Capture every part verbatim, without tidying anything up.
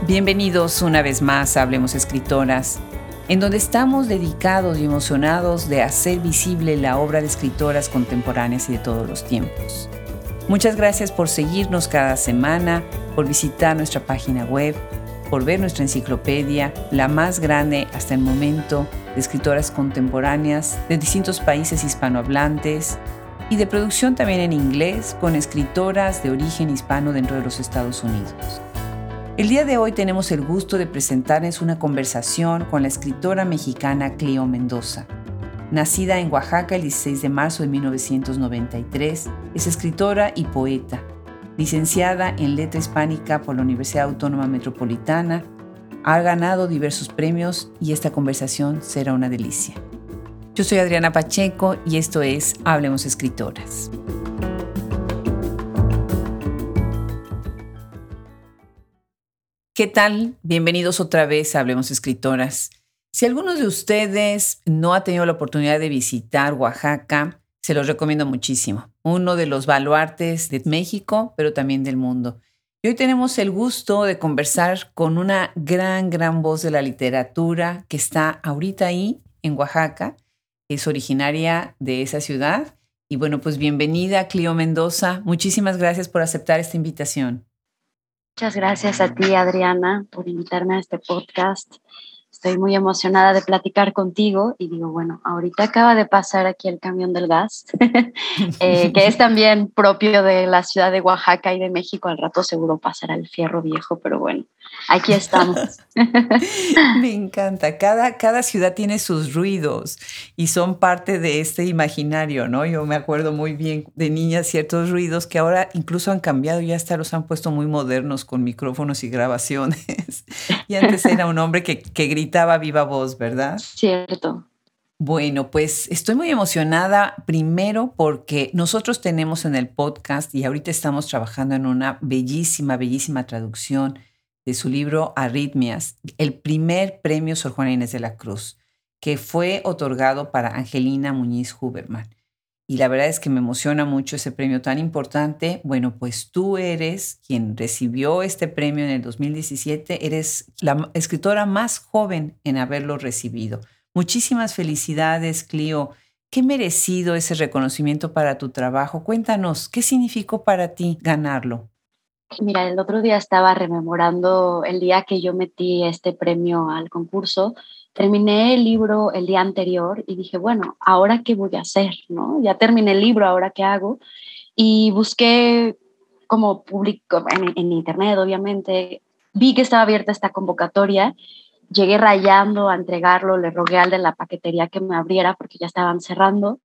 Bienvenidos una vez más a Hablemos Escritoras, en donde estamos dedicados y emocionados de hacer visible la obra de escritoras contemporáneas y de todos los tiempos. Muchas gracias por seguirnos cada semana, por visitar nuestra página web, por ver nuestra enciclopedia, la más grande hasta el momento de escritoras contemporáneas de distintos países hispanohablantes y de producción también en inglés con escritoras de origen hispano dentro de los Estados Unidos. El día de hoy tenemos el gusto de presentarles una conversación con la escritora mexicana Cleo Mendoza. Nacida en Oaxaca el dieciséis de marzo de mil novecientos noventa y tres, es escritora y poeta, licenciada en Letra Hispánica por la Universidad Autónoma Metropolitana, ha ganado diversos premios y esta conversación será una delicia. Yo soy Adriana Pacheco y esto es Hablemos Escritoras. ¿Qué tal? Bienvenidos otra vez a Hablemos Escritoras. Si alguno de ustedes no ha tenido la oportunidad de visitar Oaxaca, se los recomiendo muchísimo. Uno de los baluartes de México, pero también del mundo. Y hoy tenemos el gusto de conversar con una gran, gran voz de la literatura que está ahorita ahí en Oaxaca. Es originaria de esa ciudad. Y bueno, pues bienvenida, Cleo Mendoza. Muchísimas gracias por aceptar esta invitación. Muchas gracias a ti, Adriana, por invitarme a este podcast. Estoy muy emocionada de platicar contigo y digo, bueno, ahorita acaba de pasar aquí el camión del gas, eh, que es también propio de la ciudad de Oaxaca y de México. Al rato seguro pasará el fierro viejo, pero bueno, aquí estamos. Me encanta. Cada, cada ciudad tiene sus ruidos y son parte de este imaginario, ¿no? Yo me acuerdo muy bien de niña ciertos ruidos que ahora incluso han cambiado y hasta los han puesto muy modernos con micrófonos y grabaciones. Y antes era un hombre que, que gritaba a viva voz, ¿verdad? Cierto. Bueno, pues estoy muy emocionada primero porque nosotros tenemos en el podcast y ahorita estamos trabajando en una bellísima, bellísima traducción de su libro Arritmias, el primer premio Sor Juana Inés de la Cruz, que fue otorgado para Angelina Muñiz Huberman. Y la verdad es que me emociona mucho ese premio tan importante. Bueno, pues tú eres quien recibió este premio en el dos mil diecisiete. Eres la escritora más joven en haberlo recibido. Muchísimas felicidades, Cleo. Qué merecido ese reconocimiento para tu trabajo. Cuéntanos, ¿qué significó para ti ganarlo? Mira, el otro día estaba rememorando el día que yo metí este premio al concurso. Terminé el libro el día anterior y dije, bueno, ¿ahora qué voy a hacer? ¿No? Ya terminé el libro, ¿ahora qué hago? Y busqué como público en, en internet, obviamente. Vi que estaba abierta esta convocatoria. Llegué rayando a entregarlo, le rogué al de la paquetería que me abriera porque ya estaban cerrando.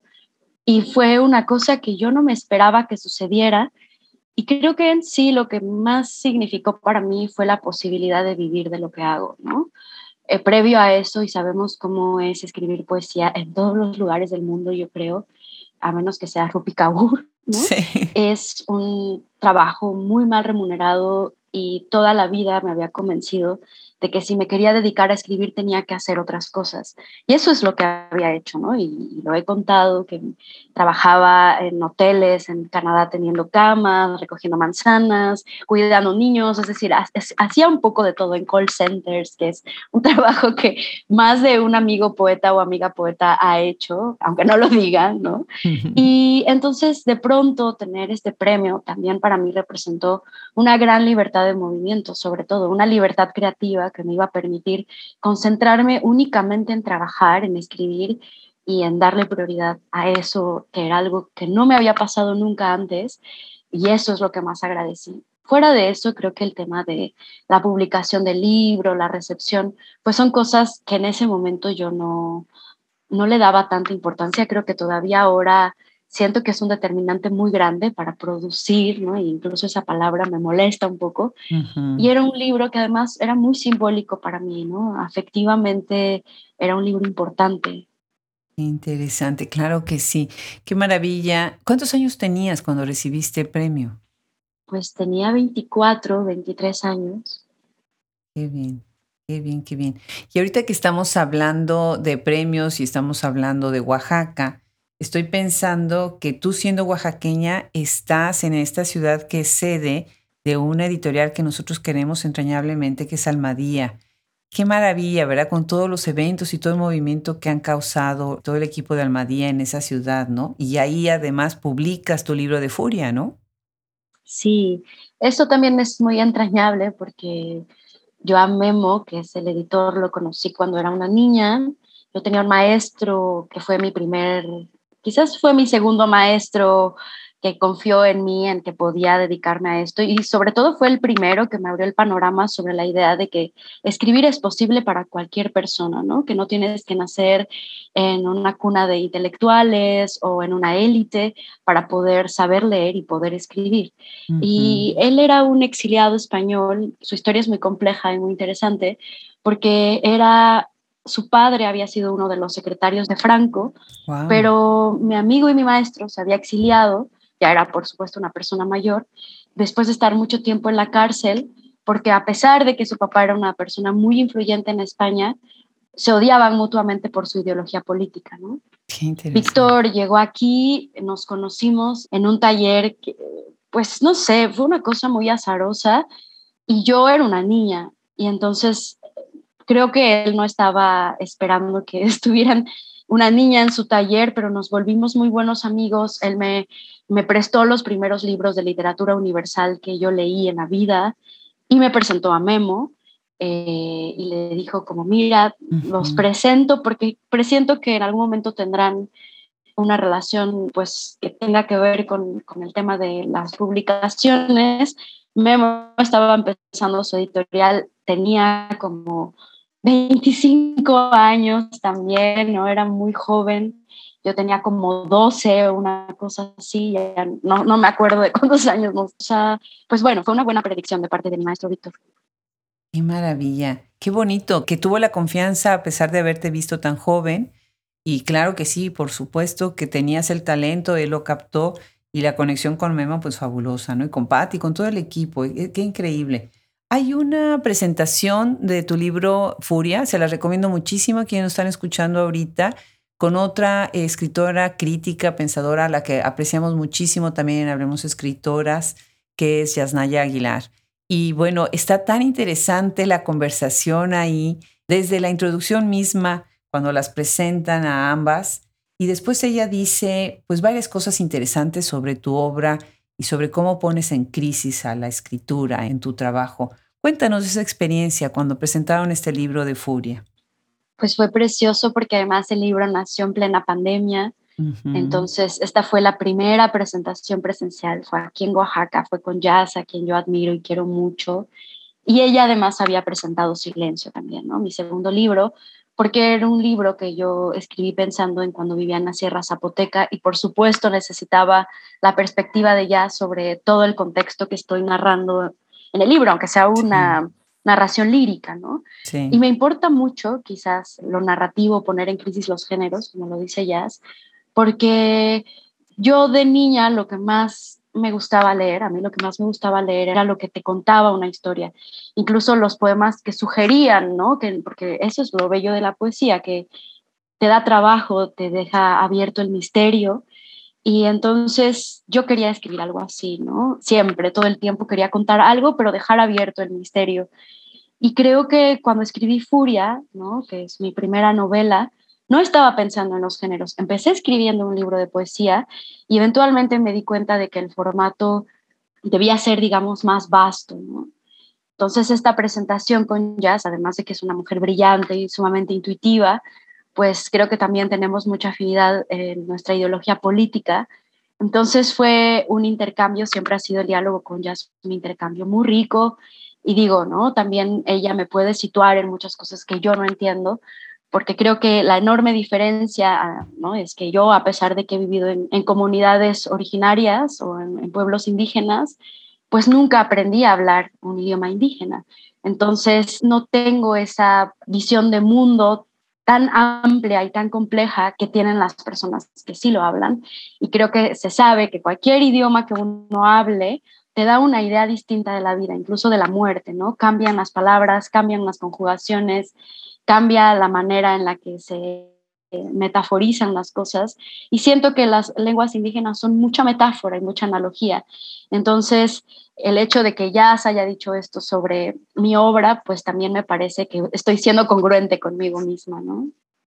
Y fue una cosa que yo no me esperaba que sucediera. Y creo que en sí lo que más significó para mí fue la posibilidad de vivir de lo que hago, ¿no? Eh, previo a eso, y sabemos cómo es escribir poesía en todos los lugares del mundo, yo creo, a menos que sea Rupi Kaur, ¿no? Sí. Es un trabajo muy mal remunerado y toda la vida me había convencido de que si me quería dedicar a escribir tenía que hacer otras cosas. Y eso es lo que había hecho, ¿no? Y, y lo he contado, que trabajaba en hoteles en Canadá teniendo camas, recogiendo manzanas, cuidando niños, es decir, hacía un poco de todo en call centers, que es un trabajo que más de un amigo poeta o amiga poeta ha hecho, aunque no lo digan, ¿no? Y entonces de pronto tener este premio también para mí representó una gran libertad de movimiento, sobre todo una libertad creativa que me iba a permitir concentrarme únicamente en trabajar, en escribir y en darle prioridad a eso, que era algo que no me había pasado nunca antes, y eso es lo que más agradecí. Fuera de eso, creo que el tema de la publicación del libro, la recepción, pues son cosas que en ese momento yo no, no le daba tanta importancia. Creo que todavía ahora siento que es un determinante muy grande para producir, ¿no? E incluso esa palabra me molesta un poco. Uh-huh. Y era un libro que además era muy simbólico para mí, ¿no? Afectivamente era un libro importante. Interesante, claro que sí. Qué maravilla. ¿Cuántos años tenías cuando recibiste el premio? Pues tenía veinticuatro, veintitrés años. Qué bien, qué bien, qué bien. Y ahorita que estamos hablando de premios y estamos hablando de Oaxaca, estoy pensando que tú siendo oaxaqueña estás en esta ciudad que es sede de una editorial que nosotros queremos entrañablemente, que es Almadía. Qué maravilla, ¿verdad? Con todos los eventos y todo el movimiento que han causado todo el equipo de Almadía en esa ciudad, ¿no? Y ahí además publicas tu libro de Furia, ¿no? Sí, eso también es muy entrañable porque yo a Memo, que es el editor, lo conocí cuando era una niña. Yo tenía un maestro que fue mi primer, quizás fue mi segundo maestro, que confió en mí, en que podía dedicarme a esto, y sobre todo fue el primero que me abrió el panorama sobre la idea de que escribir es posible para cualquier persona, ¿no? Que no tienes que nacer en una cuna de intelectuales o en una élite para poder saber leer y poder escribir. Ujú. Y él era un exiliado español. Su historia es muy compleja y muy interesante porque era, su padre había sido uno de los secretarios de Franco, Wow. pero mi amigo y mi maestro se había exiliado, ya era por supuesto una persona mayor, después de estar mucho tiempo en la cárcel, porque a pesar de que su papá era una persona muy influyente en España, se odiaban mutuamente por su ideología política, ¿no? Qué interesante. Víctor llegó aquí, nos conocimos en un taller que, pues no sé, fue una cosa muy azarosa y yo era una niña y entonces creo que él no estaba esperando que estuvieran una niña en su taller, pero nos volvimos muy buenos amigos. Él me, me prestó los primeros libros de literatura universal que yo leí en la vida y me presentó a Memo, eh, y le dijo como, mira, los Ujú. presento porque presiento que en algún momento tendrán una relación pues que tenga que ver con, con el tema de las publicaciones. Memo estaba empezando su editorial, tenía como veinticinco años también, ¿no? Era muy joven. Yo tenía como doce o una cosa así, ya no, no me acuerdo de cuántos años. ¿No? O sea, pues bueno, fue una buena predicción de parte del maestro Víctor. Qué maravilla, qué bonito, que tuvo la confianza a pesar de haberte visto tan joven. Y claro que sí, por supuesto que tenías el talento, él lo captó y la conexión con Memo, pues fabulosa, ¿no? Y con Patty, con todo el equipo, eh, qué increíble. Hay una presentación de tu libro Furia, se la recomiendo muchísimo a quienes nos están escuchando ahorita, con otra eh, escritora, crítica, pensadora, a la que apreciamos muchísimo también en Hablemos Escritoras, que es Yasnaya Aguilar. Y bueno, está tan interesante la conversación ahí, desde la introducción misma, cuando las presentan a ambas, y después ella dice, pues varias cosas interesantes sobre tu obra y sobre cómo pones en crisis a la escritura en tu trabajo. Cuéntanos esa experiencia cuando presentaron este libro de Furia. Pues fue precioso porque además el libro nació en plena pandemia. Ujú. Entonces, esta fue la primera presentación presencial, fue aquí en Oaxaca, fue con Jazz, a quien yo admiro y quiero mucho. Y ella además había presentado Silencio también, ¿no? Mi segundo libro, porque era un libro que yo escribí pensando en cuando vivía en la Sierra Zapoteca y por supuesto necesitaba la perspectiva de Jazz sobre todo el contexto que estoy narrando en el libro, aunque sea Sí, una narración lírica, ¿no? Y sí. me importa mucho quizás lo narrativo, poner en crisis los géneros, como lo dice Jazz, porque yo de niña lo que más me gustaba leer, a mí lo que más me gustaba leer era lo que te contaba una historia, incluso los poemas que sugerían, ¿no? Que, porque eso es lo bello de la poesía, que te da trabajo, te deja abierto el misterio, y entonces yo quería escribir algo así, ¿no? Siempre, todo el tiempo quería contar algo, pero dejar abierto el misterio. Y creo que cuando escribí Furia, ¿no? Que es mi primera novela, no estaba pensando en los géneros. Empecé escribiendo un libro de poesía y eventualmente me di cuenta de que el formato debía ser, digamos, más vasto, ¿no? Entonces esta presentación con Jazz, además de que es una mujer brillante y sumamente intuitiva, pues creo que también tenemos mucha afinidad en nuestra ideología política. Entonces fue un intercambio, siempre ha sido el diálogo con Jazz, un intercambio muy rico. Y digo, ¿no? También ella me puede situar en muchas cosas que yo no entiendo, porque creo que la enorme diferencia, ¿no? Es que yo, a pesar de que he vivido en, en comunidades originarias o en, en pueblos indígenas, pues nunca aprendí a hablar un idioma indígena. Entonces no tengo esa visión de mundo tan amplia y tan compleja que tienen las personas que sí lo hablan. Y creo que se sabe que cualquier idioma que uno hable te da una idea distinta de la vida, incluso de la muerte, ¿no? Cambian las palabras, cambian las conjugaciones, cambia la manera en la que se metaforizan las cosas y siento que las lenguas indígenas son mucha metáfora y mucha analogía. Entonces, el hecho de que Jazz haya dicho esto sobre mi obra, pues también me parece que estoy siendo congruente conmigo misma, ¿no?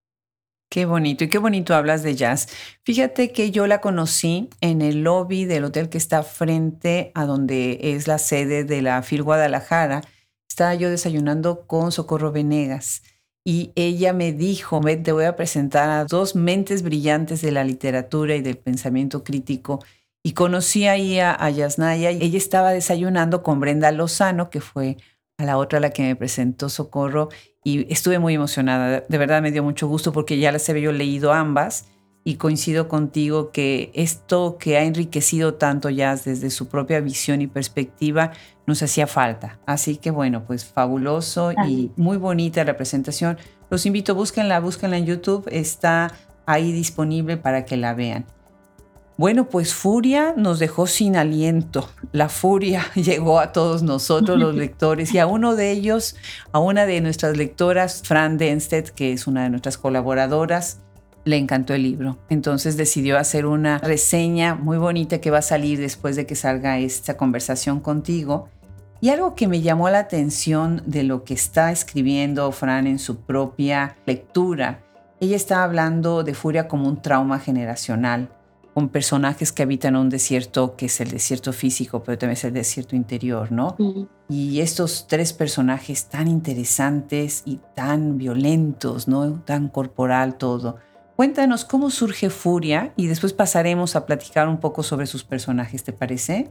Qué bonito y qué bonito hablas de Jazz. Fíjate que yo la conocí en el lobby del hotel que está frente a donde es la sede de la FIL Guadalajara. Estaba yo desayunando con Socorro Venegas y ella me dijo: "Ve, te voy a presentar a dos mentes brillantes de la literatura y del pensamiento crítico". Y conocí ahí a, a Yasnaya y ella estaba desayunando con Brenda Lozano, que fue a la otra a la que me presentó Socorro, y estuve muy emocionada. De verdad me dio mucho gusto porque ya las había yo leído ambas y coincido contigo que esto que ha enriquecido tanto Jazz desde su propia visión y perspectiva nos hacía falta. Así que bueno, pues fabuloso y muy bonita la presentación. Los invito, búsquenla, búsquenla en YouTube, está ahí disponible para que la vean. Bueno, pues Furia nos dejó sin aliento. La furia llegó a todos nosotros, los lectores, y a uno de ellos, a una de nuestras lectoras, Fran Denstedt, que es una de nuestras colaboradoras, le encantó el libro. Entonces decidió hacer una reseña muy bonita que va a salir después de que salga esta conversación contigo. Y algo que me llamó la atención de lo que está escribiendo Fran en su propia lectura, ella está hablando de Furia como un trauma generacional, con personajes que habitan un desierto que es el desierto físico, pero también es el desierto interior, ¿no? Uh-huh. Y estos tres personajes tan interesantes y tan violentos, ¿no? Tan corporal todo. Cuéntanos cómo surge Furia y después pasaremos a platicar un poco sobre sus personajes, ¿te parece?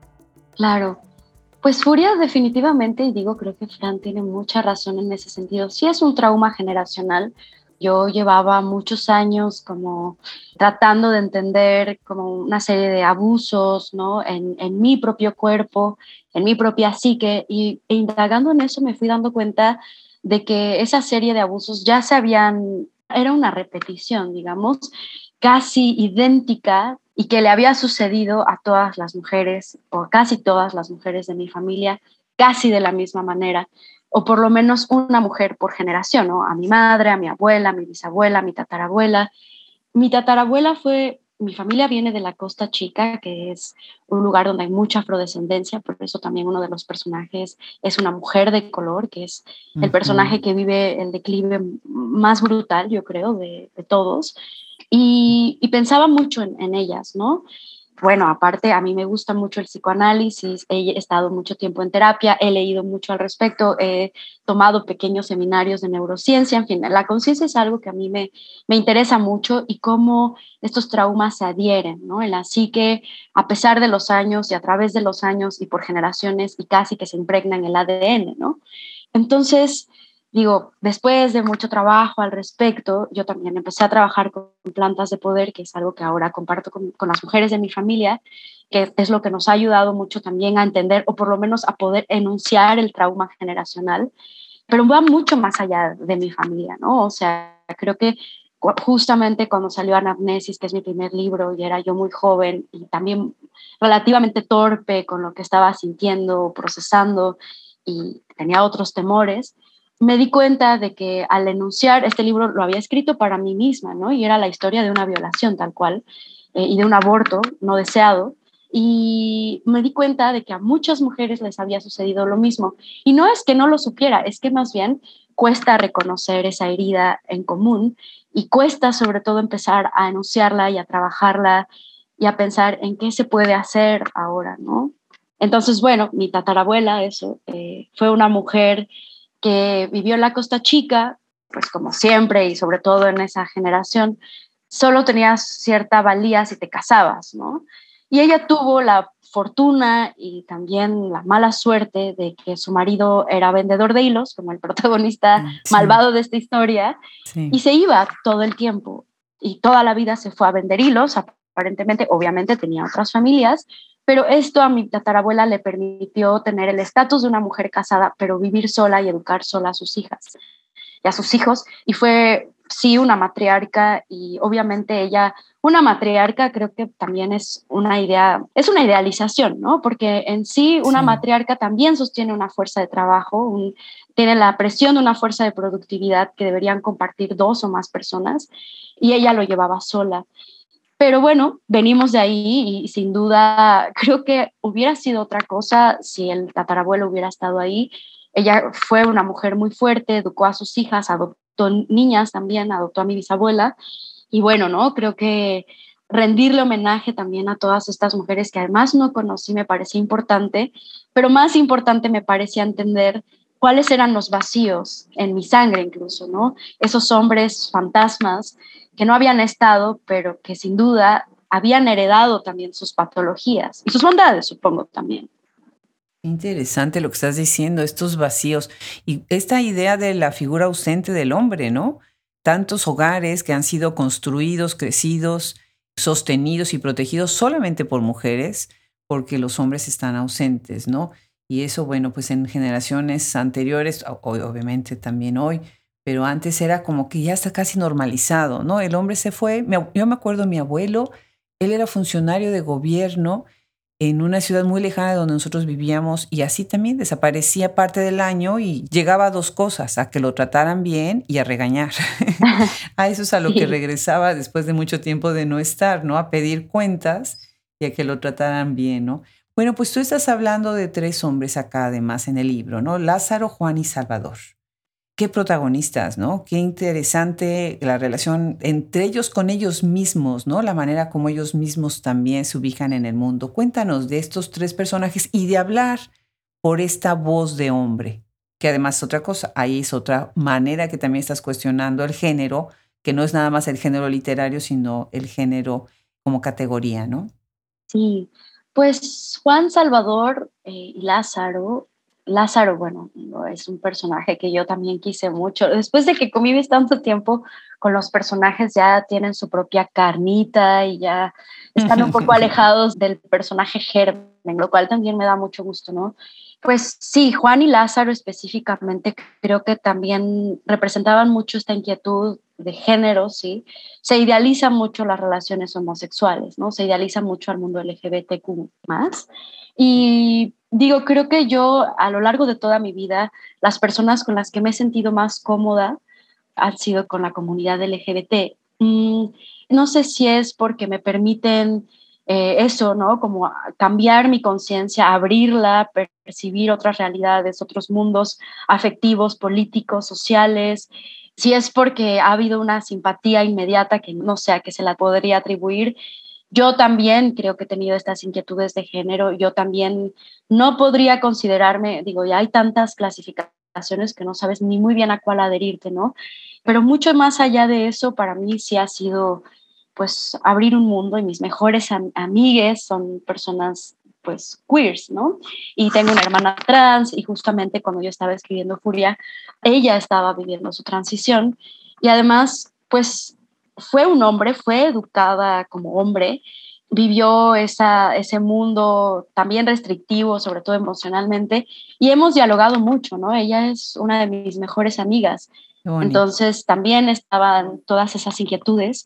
Claro. Pues Furia definitivamente, y digo, creo que Fran tiene mucha razón en ese sentido, sí es un trauma generacional. Yo llevaba muchos años como tratando de entender como una serie de abusos, ¿no? En, en mi propio cuerpo, en mi propia psique, y e indagando en eso me fui dando cuenta de que esa serie de abusos ya se habían, era una repetición, digamos, casi idéntica y que le había sucedido a todas las mujeres, o casi todas las mujeres de mi familia, casi de la misma manera, o por lo menos una mujer por generación, ¿no? A mi madre, a mi abuela, a mi bisabuela, a mi tatarabuela. Mi tatarabuela fue, mi familia viene de la Costa Chica, que es un lugar donde hay mucha afrodescendencia, por eso también uno de los personajes es una mujer de color, que es el uh-huh. personaje que vive el declive más brutal, yo creo, de, de todos. Y, y pensaba mucho en, en ellas, ¿no? Bueno, aparte a mí me gusta mucho el psicoanálisis, he estado mucho tiempo en terapia, he leído mucho al respecto, he tomado pequeños seminarios de neurociencia, en fin, la conciencia es algo que a mí me, me interesa mucho y cómo estos traumas se adhieren, ¿no? En la psique, a pesar de los años y a través de los años y por generaciones y casi que se impregna en el A D N, ¿no? Entonces, digo, después de mucho trabajo al respecto, yo también empecé a trabajar con plantas de poder, que es algo que ahora comparto con, con las mujeres de mi familia, que es lo que nos ha ayudado mucho también a entender, o por lo menos a poder enunciar el trauma generacional, pero va mucho más allá de mi familia, ¿no? O sea, creo que justamente cuando salió Anamnesis, que es mi primer libro, y era yo muy joven y también relativamente torpe con lo que estaba sintiendo, procesando, y tenía otros temores, me di cuenta de que al enunciar, este libro lo había escrito para mí misma, ¿no? Y era la historia de una violación tal cual, eh, y de un aborto no deseado, y me di cuenta de que a muchas mujeres les había sucedido lo mismo. Y no es que no lo supiera, es que más bien cuesta reconocer esa herida en común y cuesta sobre todo empezar a enunciarla y a trabajarla y a pensar en qué se puede hacer ahora, ¿no? Entonces, bueno, mi tatarabuela, eso, eh, fue una mujer que vivió en la Costa Chica, pues como siempre y sobre todo en esa generación, solo tenías cierta valía si te casabas, ¿no? Y ella tuvo la fortuna y también la mala suerte de que su marido era vendedor de hilos, como el protagonista sí. malvado de esta historia, sí. y se iba todo el tiempo y toda la vida se fue a vender hilos, aparentemente, obviamente tenía otras familias, pero esto a mi tatarabuela le permitió tener el estatus de una mujer casada, pero vivir sola y educar sola a sus hijas y a sus hijos. Y fue, sí, una matriarca y obviamente ella una matriarca creo que también es una idea, es una idealización, ¿no? Porque en sí una Sí. matriarca también sostiene una fuerza de trabajo, un, tiene la presión de una fuerza de productividad que deberían compartir dos o más personas y ella lo llevaba sola. Pero bueno, venimos de ahí y sin duda creo que hubiera sido otra cosa si el tatarabuelo hubiera estado ahí. Ella fue una mujer muy fuerte, educó a sus hijas, adoptó niñas también, adoptó a mi bisabuela. Y bueno, ¿no? Creo que rendirle homenaje también a todas estas mujeres que además no conocí me parecía importante, pero más importante me parecía entender cuáles eran los vacíos en mi sangre incluso, ¿no? Esos hombres fantasmas que no habían estado, pero que sin duda habían heredado también sus patologías y sus bondades, supongo también. Interesante lo que estás diciendo, estos vacíos y esta idea de la figura ausente del hombre, ¿no? Tantos hogares que han sido construidos, crecidos, sostenidos y protegidos solamente por mujeres, porque los hombres están ausentes, ¿no? Y eso, bueno, pues en generaciones anteriores, o- o- obviamente también hoy, pero antes era como que ya está casi normalizado, ¿no? El hombre se fue, mi ab- yo me acuerdo de mi abuelo, él era funcionario de gobierno en una ciudad muy lejana de donde nosotros vivíamos y así también desaparecía parte del año y llegaba a dos cosas, a que lo trataran bien y a regañar. A eso es a lo que Sí. regresaba después de mucho tiempo de no estar, ¿no? A pedir cuentas y a que lo trataran bien, ¿no? Bueno, pues tú estás hablando de tres hombres acá además en el libro, ¿no? Lázaro, Juan y Salvador. Qué protagonistas, ¿no? Qué interesante la relación entre ellos con ellos mismos, ¿no? La manera como ellos mismos también se ubican en el mundo. Cuéntanos de estos tres personajes y de hablar por esta voz de hombre, que además es otra cosa, ahí es otra manera que también estás cuestionando el género, que no es nada más el género literario, sino el género como categoría, ¿no? Sí, pues Juan Salvador eh, y Lázaro, Lázaro, bueno, no, es un personaje que yo también quise mucho. Después de que convives tanto tiempo con los personajes, ya tienen su propia carnita y ya están un poco alejados del personaje germen, lo cual también me da mucho gusto, ¿no? Pues sí, Juan y Lázaro específicamente creo que también representaban mucho esta inquietud de género, ¿sí? Se idealizan mucho las relaciones homosexuales, ¿no? Se idealiza mucho al mundo L G B T Q más. Y digo, creo que yo a lo largo de toda mi vida, las personas con las que me he sentido más cómoda han sido con la comunidad L G B T. Mm, no sé si es porque me permiten eh, eso, ¿no? Como cambiar mi conciencia, abrirla, percibir otras realidades, otros mundos afectivos, políticos, sociales. Si es porque ha habido una simpatía inmediata que no sé a qué se la podría atribuir. Yo también creo que he tenido estas inquietudes de género. Yo también no podría considerarme, digo, ya hay tantas clasificaciones que no sabes ni muy bien a cuál adherirte, ¿no? Pero mucho más allá de eso, para mí sí ha sido, pues, abrir un mundo y mis mejores am amigues son personas, pues, queers, ¿no? Y tengo una hermana trans y justamente cuando yo estaba escribiendo Furia, ella estaba viviendo su transición y además, pues, fue un hombre, fue educada como hombre, vivió esa, ese mundo también restrictivo, sobre todo emocionalmente, y hemos dialogado mucho, ¿no? Ella es una de mis mejores amigas. Qué bonito. Entonces también estaban todas esas inquietudes.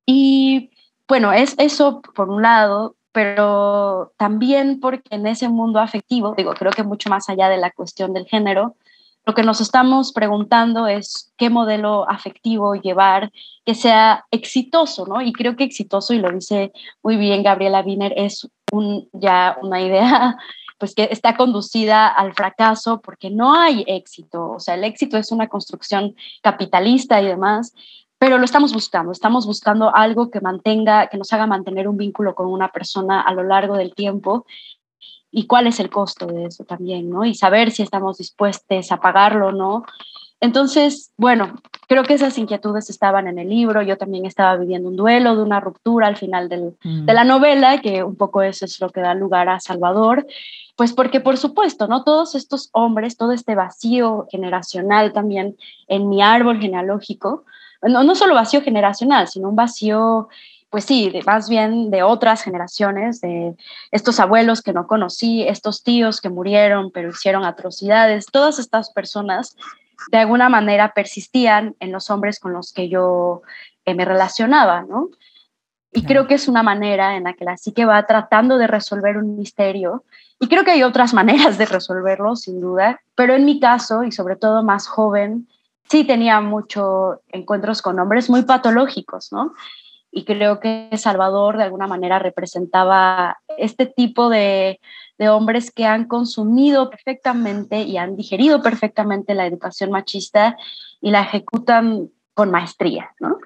Y bueno, es eso por un lado, pero también porque en ese mundo afectivo, digo, creo que mucho más allá de la cuestión del género, lo que nos estamos preguntando es qué modelo afectivo llevar que sea exitoso, ¿no? Y creo que exitoso, y lo dice muy bien Gabriela Wiener, es un, ya una idea pues que está conducida al fracaso porque no hay éxito, o sea, el éxito es una construcción capitalista y demás, pero lo estamos buscando, estamos buscando algo que mantenga, que nos haga mantener un vínculo con una persona a lo largo del tiempo y cuál es el costo de eso también, ¿no? Y saber si estamos dispuestos a pagarlo o no. Entonces, bueno, creo que esas inquietudes estaban en el libro, yo también estaba viviendo un duelo, de una ruptura al final del, de Mm. la novela, que un poco eso es lo que da lugar a Salvador, pues porque por supuesto, ¿no? Todos estos hombres, todo este vacío generacional también en mi árbol genealógico, no, no solo vacío generacional, sino un vacío, pues sí, de, más bien de otras generaciones, de estos abuelos que no conocí, estos tíos que murieron pero hicieron atrocidades, todas estas personas de alguna manera persistían en los hombres con los que yo eh, me relacionaba, ¿no? Y creo que es una manera en la que la psique va tratando de resolver un misterio. Y creo que hay otras maneras de resolverlo, sin duda. Pero en mi caso, y sobre todo más joven, sí tenía muchos encuentros con hombres muy patológicos, ¿no? Y creo que Salvador de alguna manera representaba este tipo de, de hombres que han consumido perfectamente y han digerido perfectamente la educación machista y la ejecutan con maestría, ¿no?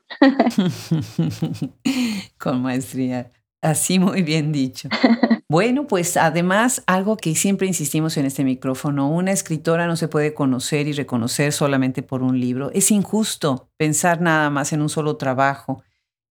Con maestría. Así muy bien dicho. Bueno, pues además, algo que siempre insistimos en este micrófono, una escritora no se puede conocer y reconocer solamente por un libro. Es injusto pensar nada más en un solo trabajo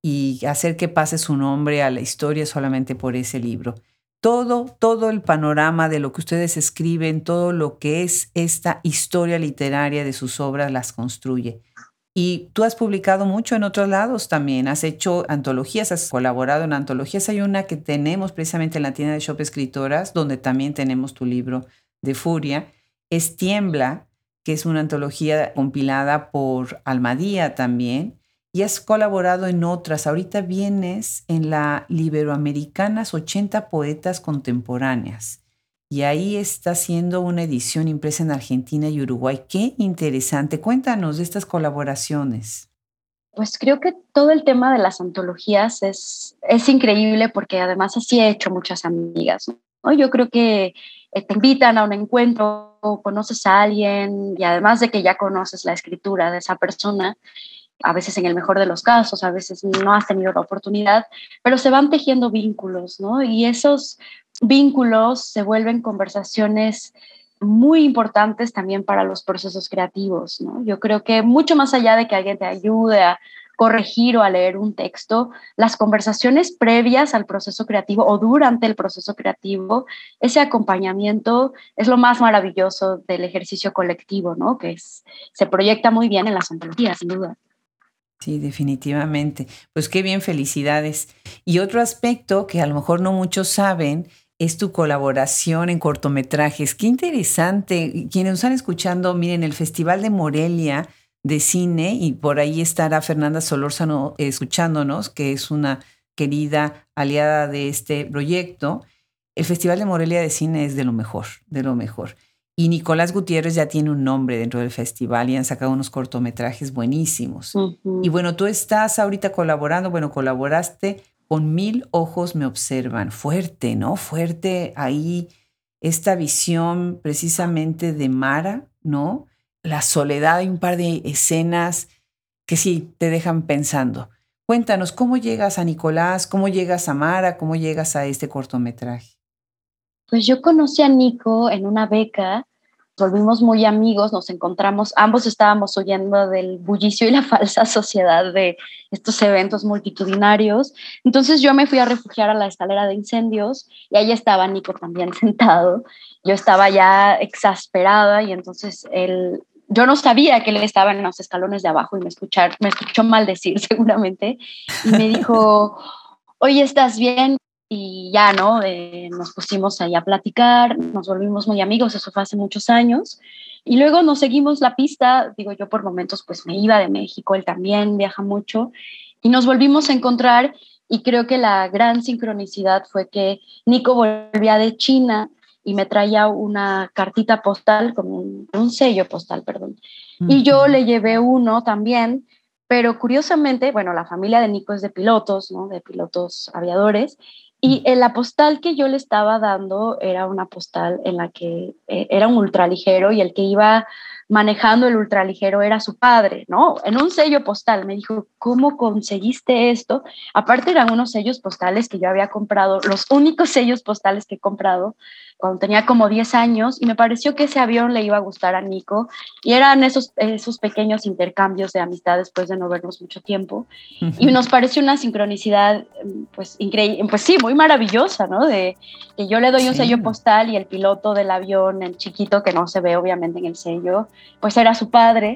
y hacer que pase su nombre a la historia solamente por ese libro. Todo, todo el panorama de lo que ustedes escriben, todo lo que es esta historia literaria de sus obras las construye. Y tú has publicado mucho en otros lados también, has hecho antologías, has colaborado en antologías. Hay una que tenemos precisamente en la tienda de Shop Escritoras, donde también tenemos tu libro de Furia. Es Tiembla, que es una antología compilada por Almadía también. Y has colaborado en otras. Ahorita vienes en la Iberoamericanas ochenta Poetas Contemporáneas. Y ahí está haciendo una edición impresa en Argentina y Uruguay. ¡Qué interesante! Cuéntanos de estas colaboraciones. Pues creo que todo el tema de las antologías es, es increíble porque además así he hecho muchas amigas, ¿no? Yo creo que eh, te invitan a un encuentro, conoces a alguien y además de que ya conoces la escritura de esa persona, a veces en el mejor de los casos, a veces no has tenido la oportunidad, pero se van tejiendo vínculos, ¿no? Y esos vínculos se vuelven conversaciones muy importantes también para los procesos creativos, ¿no? Yo creo que mucho más allá de que alguien te ayude a corregir o a leer un texto, las conversaciones previas al proceso creativo o durante el proceso creativo, ese acompañamiento es lo más maravilloso del ejercicio colectivo, ¿no? Que es, se proyecta muy bien en las antologías, sin duda. Sí, definitivamente. Pues qué bien, felicidades. Y otro aspecto que a lo mejor no muchos saben es tu colaboración en cortometrajes. Qué interesante. Quienes nos están escuchando, miren, el Festival de Morelia de Cine, y por ahí estará Fernanda Solórzano escuchándonos, que es una querida aliada de este proyecto. El Festival de Morelia de Cine es de lo mejor, de lo mejor. Y Nicolás Gutiérrez ya tiene un nombre dentro del festival y han sacado unos cortometrajes buenísimos. Uh-huh. Y bueno, tú estás ahorita colaborando, bueno, colaboraste con Mil Ojos Me Observan. Fuerte, ¿no? Fuerte ahí esta visión precisamente de Mara, ¿no? La soledad y un par de escenas que sí te dejan pensando. Cuéntanos, ¿cómo llegas a Nicolás? ¿Cómo llegas a Mara? ¿Cómo llegas a este cortometraje? Pues yo conocí a Nico en una beca, volvimos muy amigos, nos encontramos, ambos estábamos huyendo del bullicio y la falsa sociedad de estos eventos multitudinarios. Entonces yo me fui a refugiar a la escalera de incendios y ahí estaba Nico también sentado. Yo estaba ya exasperada y entonces él, yo no sabía que él estaba en los escalones de abajo y me, escuchar, me escuchó maldecir seguramente y me dijo, oye, ¿estás bien? Y ya, ¿no? Eh, nos pusimos ahí a platicar, nos volvimos muy amigos, eso fue hace muchos años. Y luego nos seguimos la pista, digo yo por momentos pues me iba de México, él también viaja mucho, y nos volvimos a encontrar y creo que la gran sincronicidad fue que Nico volvía de China y me traía una cartita postal, como un, un sello postal, perdón. Uh-huh. Y yo le llevé uno también, pero curiosamente, bueno, la familia de Nico es de pilotos, ¿no? De pilotos aviadores, y la postal que yo le estaba dando era una postal en la que eh, era un ultraligero y el que iba manejando el ultraligero era su padre, ¿no? En un sello postal. Me dijo, ¿cómo conseguiste esto? Aparte eran unos sellos postales que yo había comprado, los únicos sellos postales que he comprado cuando tenía como diez años, y me pareció que ese avión le iba a gustar a Nico, y eran esos, esos pequeños intercambios de amistad después de no vernos mucho tiempo, uh-huh. Y nos pareció una sincronicidad, pues, increíble, pues sí, muy maravillosa, ¿no? De que yo le doy sí. un sello postal y el piloto del avión, el chiquito que no se ve obviamente en el sello, pues era su padre,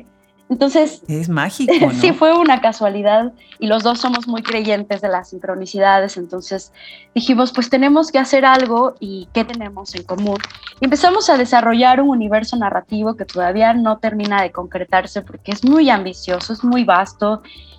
Entonces, es mágico, ¿no? Sí, fue una casualidad y los dos somos muy creyentes de las sincronicidades, entonces dijimos, pues tenemos que hacer algo y ¿qué tenemos en común? Y empezamos a desarrollar un universo narrativo que todavía no termina de concretarse porque es muy ambicioso, es muy vasto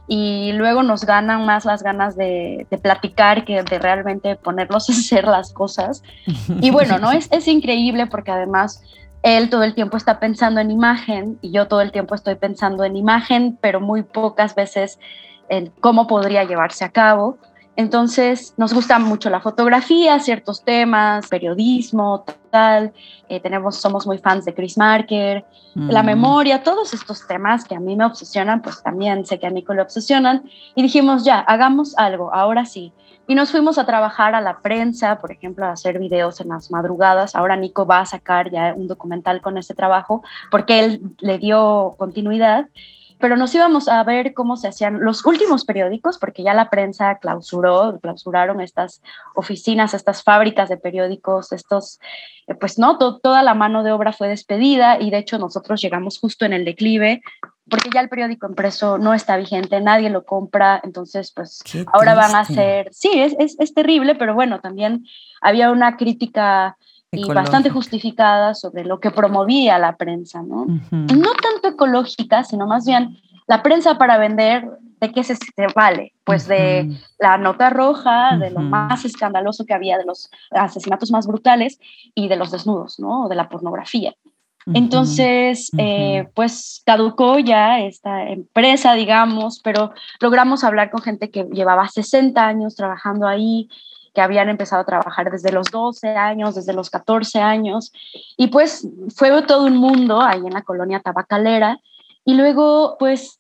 y luego nos ganan más las ganas de, de platicar que de realmente ponernos a hacer las cosas. Y bueno, ¿no? Es, es increíble porque además él todo el tiempo está pensando en imagen y yo todo el tiempo estoy pensando en imagen, pero muy pocas veces en cómo podría llevarse a cabo. Entonces nos gusta mucho la fotografía, ciertos temas, periodismo, tal. Eh, tenemos, somos muy fans de Chris Marker, mm. la memoria, todos estos temas que a mí me obsesionan, pues también sé que a Nico le obsesionan. Y dijimos, ya, hagamos algo, ahora sí. Y nos fuimos a trabajar a la prensa, por ejemplo, a hacer videos en las madrugadas. Ahora Nico va a sacar ya un documental con este trabajo porque él le dio continuidad. Pero nos íbamos a ver cómo se hacían los últimos periódicos, porque ya la prensa clausuró, clausuraron estas oficinas, estas fábricas de periódicos, estos, eh, pues no, to- toda la mano de obra fue despedida y de hecho nosotros llegamos justo en el declive, porque ya el periódico impreso no está vigente, nadie lo compra, entonces pues Qué ahora van a triste. ser, sí, es, es, es terrible, pero bueno, también había una crítica y bastante justificada sobre lo que promovía la prensa, ¿no? Uh-huh. No tanto ecológica, sino más bien la prensa para vender, ¿de qué se, se vale? Pues uh-huh. de la nota roja, uh-huh. de lo más escandaloso que había, de los asesinatos más brutales y de los desnudos, ¿no? De la pornografía. Uh-huh. Entonces, uh-huh. eh, pues caducó ya esta empresa, digamos, pero logramos hablar con gente que llevaba sesenta años trabajando ahí, que habían empezado a trabajar desde los doce años, desde los catorce años, y pues fue todo un mundo ahí en la colonia tabacalera, y luego pues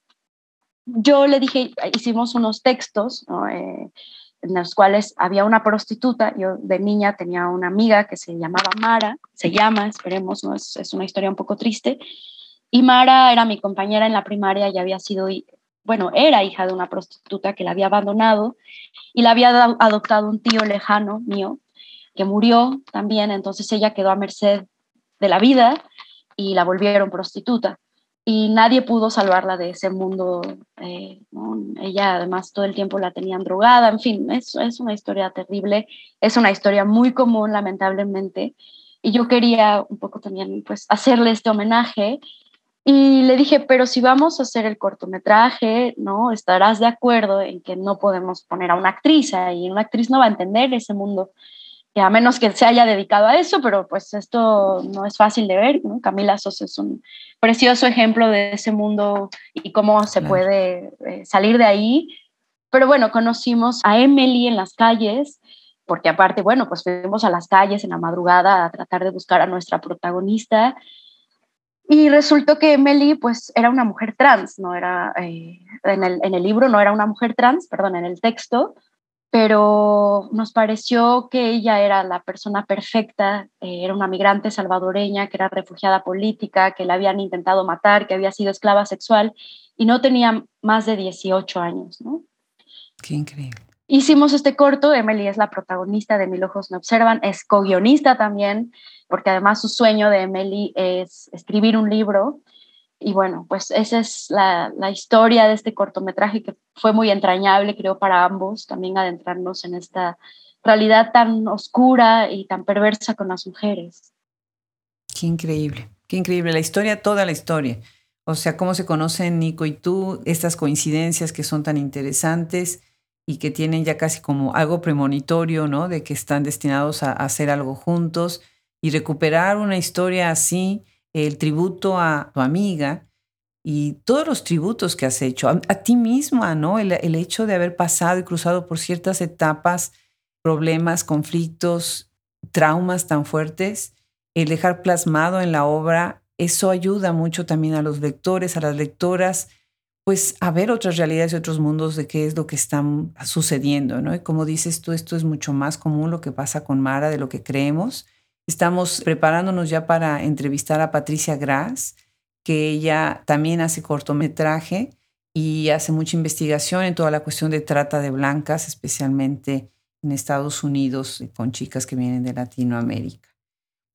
yo le dije, hicimos unos textos, ¿no? eh, en los cuales había una prostituta, yo de niña tenía una amiga que se llamaba Mara, se llama, esperemos, ¿no? es, es una historia un poco triste, y Mara era mi compañera en la primaria y había sido, bueno, era hija de una prostituta que la había abandonado, y la había adoptado un tío lejano mío que murió también, entonces ella quedó a merced de la vida y la volvieron prostituta y nadie pudo salvarla de ese mundo, eh, ¿no? Ella además todo el tiempo la tenían drogada, en fin, es, es una historia terrible, es una historia muy común lamentablemente y yo quería un poco también pues hacerle este homenaje. Y le dije, pero si vamos a hacer el cortometraje, ¿no? Estarás de acuerdo en que no podemos poner a una actriz y una actriz no va a entender ese mundo, a menos que se haya dedicado a eso, pero pues esto no es fácil de ver, ¿no? Camila Sosa es un precioso ejemplo de ese mundo y cómo se claro. puede eh, salir de ahí. Pero bueno, conocimos a Emily en las calles, porque aparte, bueno, pues fuimos a las calles en la madrugada a tratar de buscar a nuestra protagonista. Y resultó que Emily, pues, era una mujer trans, no era, eh, en, el, en el libro no era una mujer trans, perdón, en el texto, pero nos pareció que ella era la persona perfecta, eh, era una migrante salvadoreña que era refugiada política, que la habían intentado matar, que había sido esclava sexual y no tenía más de dieciocho años, ¿no? Qué increíble. Hicimos este corto, Emily es la protagonista de Mil ojos me observan, es co-guionista también, porque además su sueño de Emily es escribir un libro. Y bueno, pues esa es la, la historia de este cortometraje que fue muy entrañable, creo, para ambos, también adentrarnos en esta realidad tan oscura y tan perversa con las mujeres. Qué increíble, qué increíble. La historia, toda la historia. O sea, cómo se conocen Nico y tú, estas coincidencias que son tan interesantes y que tienen ya casi como algo premonitorio, ¿no? De que están destinados a, a hacer algo juntos y recuperar una historia así, el tributo a tu amiga y todos los tributos que has hecho, a, a ti misma, ¿no? El, el hecho de haber pasado y cruzado por ciertas etapas, problemas, conflictos, traumas tan fuertes, el dejar plasmado en la obra, eso ayuda mucho también a los lectores, a las lectoras, pues a ver otras realidades y otros mundos de qué es lo que está sucediendo, ¿no? Y como dices tú, esto es mucho más común lo que pasa con Mara de lo que creemos. Estamos preparándonos ya para entrevistar a Patricia Gras, que ella también hace cortometraje y hace mucha investigación en toda la cuestión de trata de blancas, especialmente en Estados Unidos, con chicas que vienen de Latinoamérica.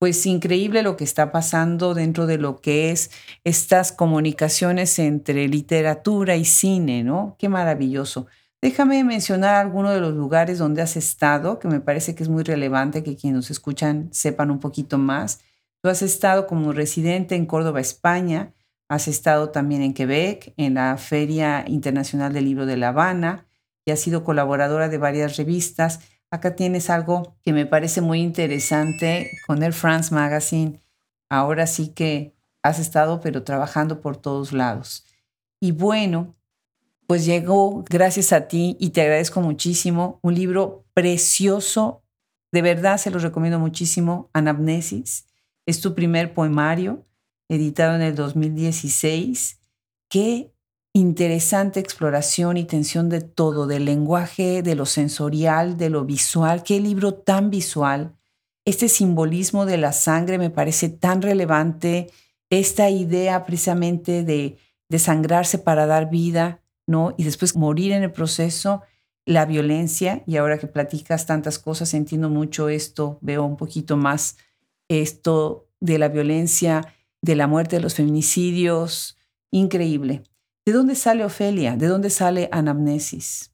Pues increíble lo que está pasando dentro de lo que es estas comunicaciones entre literatura y cine, ¿no? Qué maravilloso. Déjame mencionar algunos de los lugares donde has estado, que me parece que es muy relevante que quienes nos escuchan sepan un poquito más. Tú has estado como residente en Córdoba, España, has estado también en Quebec, en la Feria Internacional del Libro de La Habana, y has sido colaboradora de varias revistas. Acá tienes algo que me parece muy interesante con el France Magazine. Ahora sí que has estado, pero trabajando por todos lados. Y bueno, pues llegó gracias a ti y te agradezco muchísimo. Un libro precioso, de verdad se los recomiendo muchísimo. Anamnesis es tu primer poemario, editado en el dos mil dieciséis. Qué interesante exploración y tensión de todo, del lenguaje, de lo sensorial, de lo visual. Qué libro tan visual. Este simbolismo de la sangre me parece tan relevante. Esta idea precisamente de desangrarse para dar vida, ¿no? Y después morir en el proceso, la violencia. Y ahora que platicas tantas cosas, entiendo mucho esto, veo un poquito más esto de la violencia, de la muerte, de los feminicidios. Increíble. ¿De dónde sale Ofelia? ¿De dónde sale Anamnesis?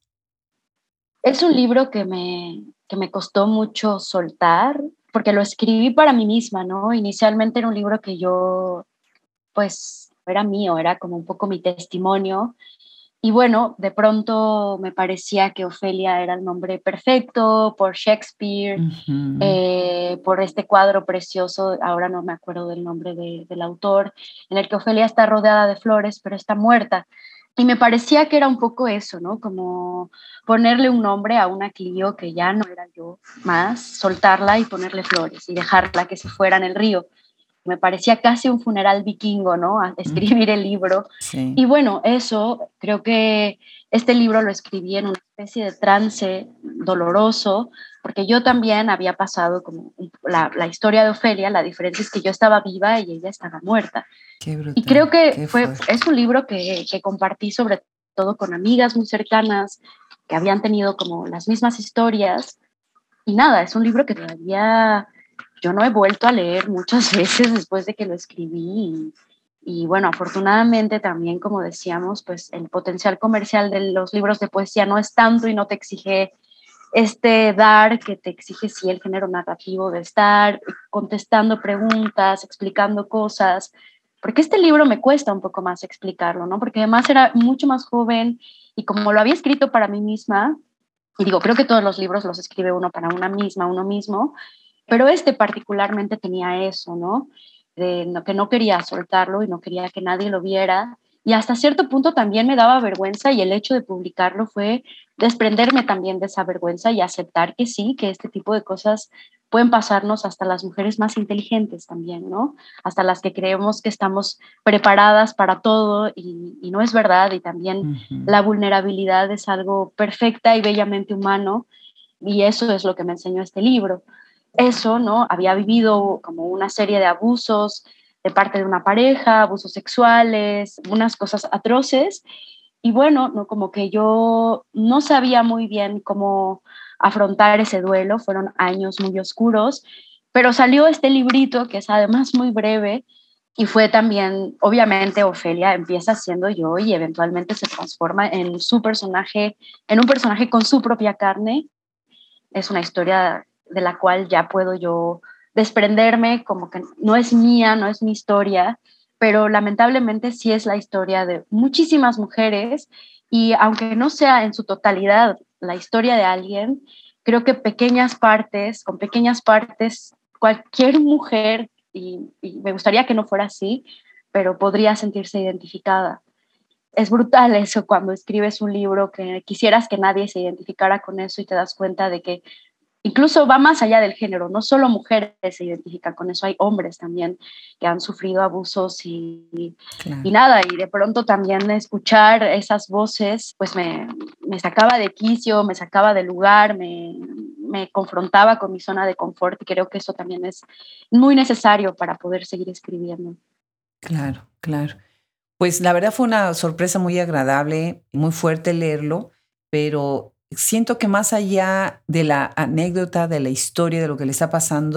Es un libro que me, que me costó mucho soltar, porque lo escribí para mí misma, ¿no? Inicialmente era un libro que yo, pues, era mío, era como un poco mi testimonio. Y bueno, de pronto me parecía que Ofelia era el nombre perfecto por Shakespeare, Ujú. eh, por este cuadro precioso, ahora no me acuerdo del nombre de, del autor, en el que Ofelia está rodeada de flores, pero está muerta. Y me parecía que era un poco eso, ¿no? Como ponerle un nombre a una Clio que ya no era yo más, soltarla y ponerle flores y dejarla que se fuera en el río. Me parecía casi un funeral vikingo, ¿no? A Mm, escribir el libro. sí. Y bueno, eso, creo que este libro lo escribí en una especie de trance doloroso, porque yo también había pasado como la, la historia de Ofelia, la diferencia es que yo estaba viva y ella estaba muerta. Qué Y creo brutal, que qué fue, fuerte. es un libro que, que compartí sobre todo con amigas muy cercanas, que habían tenido como las mismas historias. Y nada, es un libro que todavía yo no he vuelto a leer muchas veces después de que lo escribí. Y, y bueno, afortunadamente también, como decíamos, pues el potencial comercial de los libros de poesía no es tanto y no te exige este dar que te exige sí el género narrativo de estar contestando preguntas, explicando cosas, porque este libro me cuesta un poco más explicarlo, ¿no? Porque además era mucho más joven y como lo había escrito para mí misma, y digo, creo que todos los libros los escribe uno para una misma, uno mismo, pero este particularmente tenía eso, ¿no? De no, que no quería soltarlo y no quería que nadie lo viera. Y hasta cierto punto también me daba vergüenza y el hecho de publicarlo fue desprenderme también de esa vergüenza y aceptar que sí, que este tipo de cosas pueden pasarnos hasta las mujeres más inteligentes también, ¿no? Hasta las que creemos que estamos preparadas para todo y, y no es verdad. Y también Ujú. la vulnerabilidad es algo perfecta y bellamente humano y eso es lo que me enseñó este libro. Eso, ¿no? Había vivido como una serie de abusos de parte de una pareja, abusos sexuales, unas cosas atroces. Y bueno, ¿no? Como que yo no sabía muy bien cómo afrontar ese duelo, fueron años muy oscuros, pero salió este librito que es además muy breve y fue también, obviamente, Ofelia empieza siendo yo y eventualmente se transforma en su personaje, en un personaje con su propia carne. Es una historia de la cual ya puedo yo desprenderme, como que no es mía, no es mi historia, pero lamentablemente sí es la historia de muchísimas mujeres y aunque no sea en su totalidad la historia de alguien, creo que pequeñas partes, con pequeñas partes, cualquier mujer, y, y me gustaría que no fuera así, pero podría sentirse identificada. Es brutal eso cuando escribes un libro que quisieras que nadie se identificara con eso y te das cuenta de que incluso va más allá del género, no solo mujeres se identifican con eso, hay hombres también que han sufrido abusos y, y Claro. nada, y de pronto también escuchar esas voces, pues me, me sacaba de quicio, me sacaba de lugar, me, me confrontaba con mi zona de confort y creo que eso también es muy necesario para poder seguir escribiendo. Claro, claro. Pues la verdad fue una sorpresa muy agradable, muy fuerte leerlo, pero siento que más allá de la anécdota, de la historia, de lo que le está pasando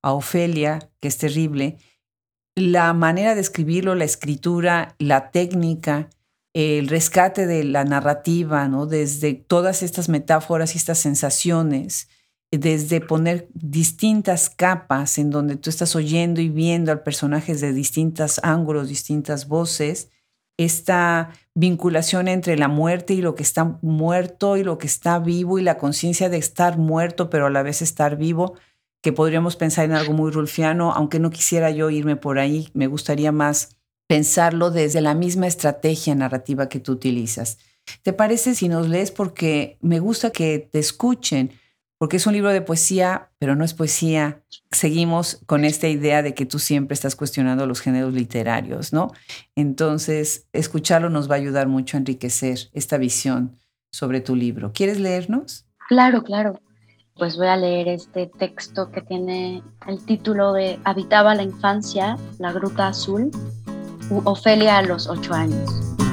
a Ofelia, que es terrible, la manera de escribirlo, la escritura, la técnica, el rescate de la narrativa, ¿no? Desde todas estas metáforas y estas sensaciones, desde poner distintas capas en donde tú estás oyendo y viendo al personaje desde distintos ángulos, distintas voces, esta vinculación entre la muerte y lo que está muerto y lo que está vivo y la conciencia de estar muerto pero a la vez estar vivo, que podríamos pensar en algo muy rulfiano, aunque no quisiera yo irme por ahí, me gustaría más pensarlo desde la misma estrategia narrativa que tú utilizas. ¿Te parece si nos lees? Porque me gusta que te escuchen, porque es un libro de poesía, pero no es poesía. Seguimos con esta idea de que tú siempre estás cuestionando los géneros literarios, ¿no? Entonces, escucharlo nos va a ayudar mucho a enriquecer esta visión sobre tu libro. ¿Quieres leernos? Claro, claro. Pues voy a leer este texto que tiene el título de Habitaba la infancia, la gruta azul, Ofelia a los ocho años.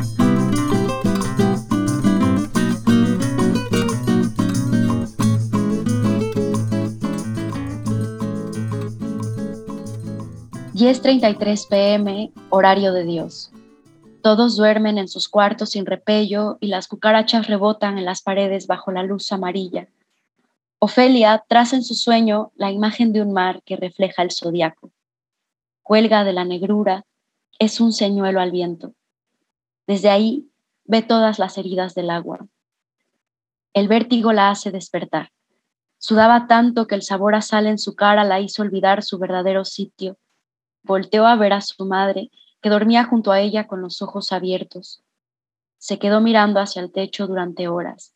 diez treinta y tres pm, horario de Dios. Todos duermen en sus cuartos sin repello y las cucarachas rebotan en las paredes bajo la luz amarilla. Ofelia traza en su sueño la imagen de un mar que refleja el zodiaco. Cuelga de la negrura, es un señuelo al viento. Desde ahí ve todas las heridas del agua. El vértigo la hace despertar. Sudaba tanto que el sabor a sal en su cara la hizo olvidar su verdadero sitio. Volteó a ver a su madre, que dormía junto a ella con los ojos abiertos. Se quedó mirando hacia el techo durante horas.